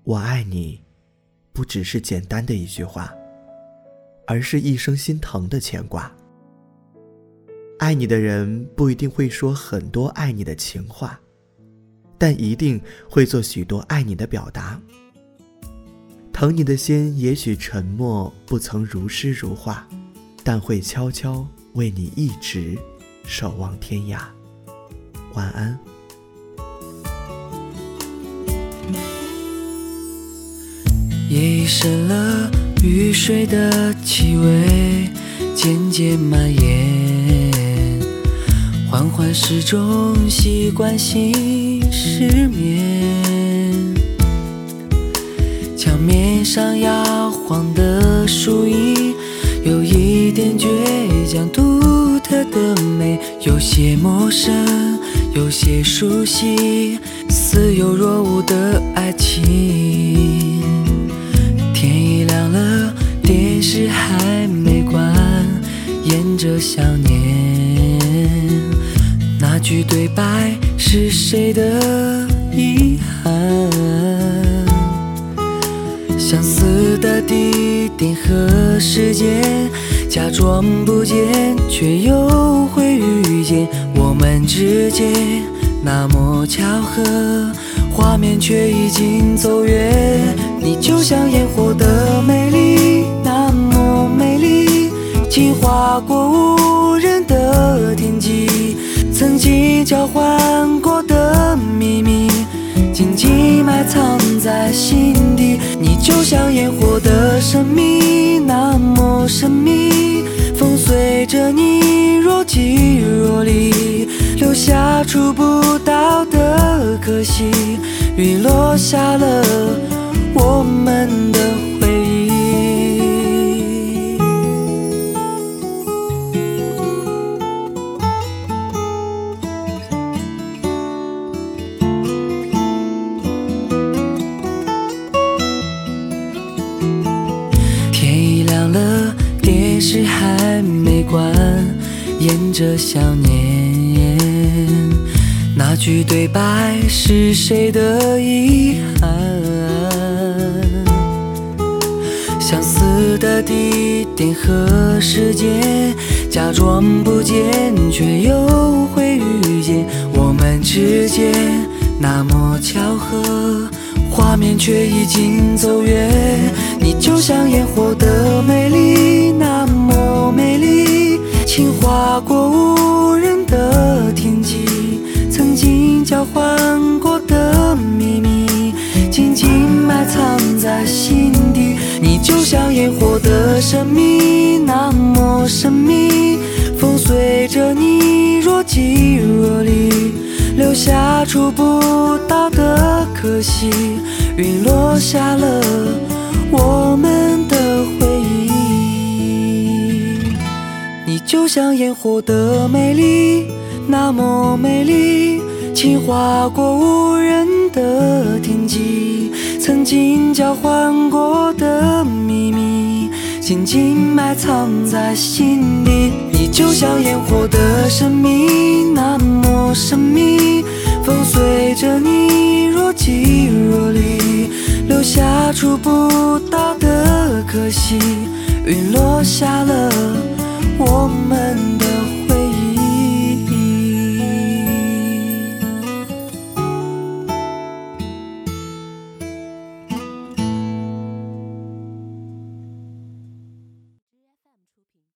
我爱你不只是简单的一句话，而是一生心疼的牵挂。爱你的人不一定会说很多爱你的情话，但一定会做许多爱你的表达。疼你的心也许沉默，不曾如诗如画，但会悄悄为你一直守望天涯。晚安。 夜已深了，雨水的气味渐渐蔓延，缓缓时钟习惯性失眠，墙面上摇晃的树影有一点倔强，独特的美，有些陌生，有些熟悉，似有若无的爱情。天已亮了，电视还没关，演着想念，那句对白是谁的遗憾？相似的地点和时间，假装不见，却又会遇见。我们之间那么巧合，画面却已经走远。你就像烟火的美丽，那么美丽，轻划过无人的天际，曾经交换过的秘密，紧紧埋藏在心底。你就像烟火的神秘，那么神秘，风随着你若即若离，留下触不到的可惜。雨落下了我们的回忆。天已亮了，电视还没关，演着想念，那句对白是谁的遗憾？相似的地点和时间，假装不见，却又会遇见。我们之间那么巧合，画面却已经走远。你就像烟火的美丽，那么美丽，轻划过无人的天际，曾经交换过的秘密，紧紧埋藏在心底。你就像烟火的神秘，那么神秘，风随着你若即若离，留下触不到的可惜。雨落下了我们的回忆。你就像烟火的美丽，那么美丽，轻划过无人的天际，曾经交换过的秘密，紧紧埋藏在心底。你就像烟火的神秘，那么神秘，风随着你若即若离，留下触不到的可惜。雨落下了我们的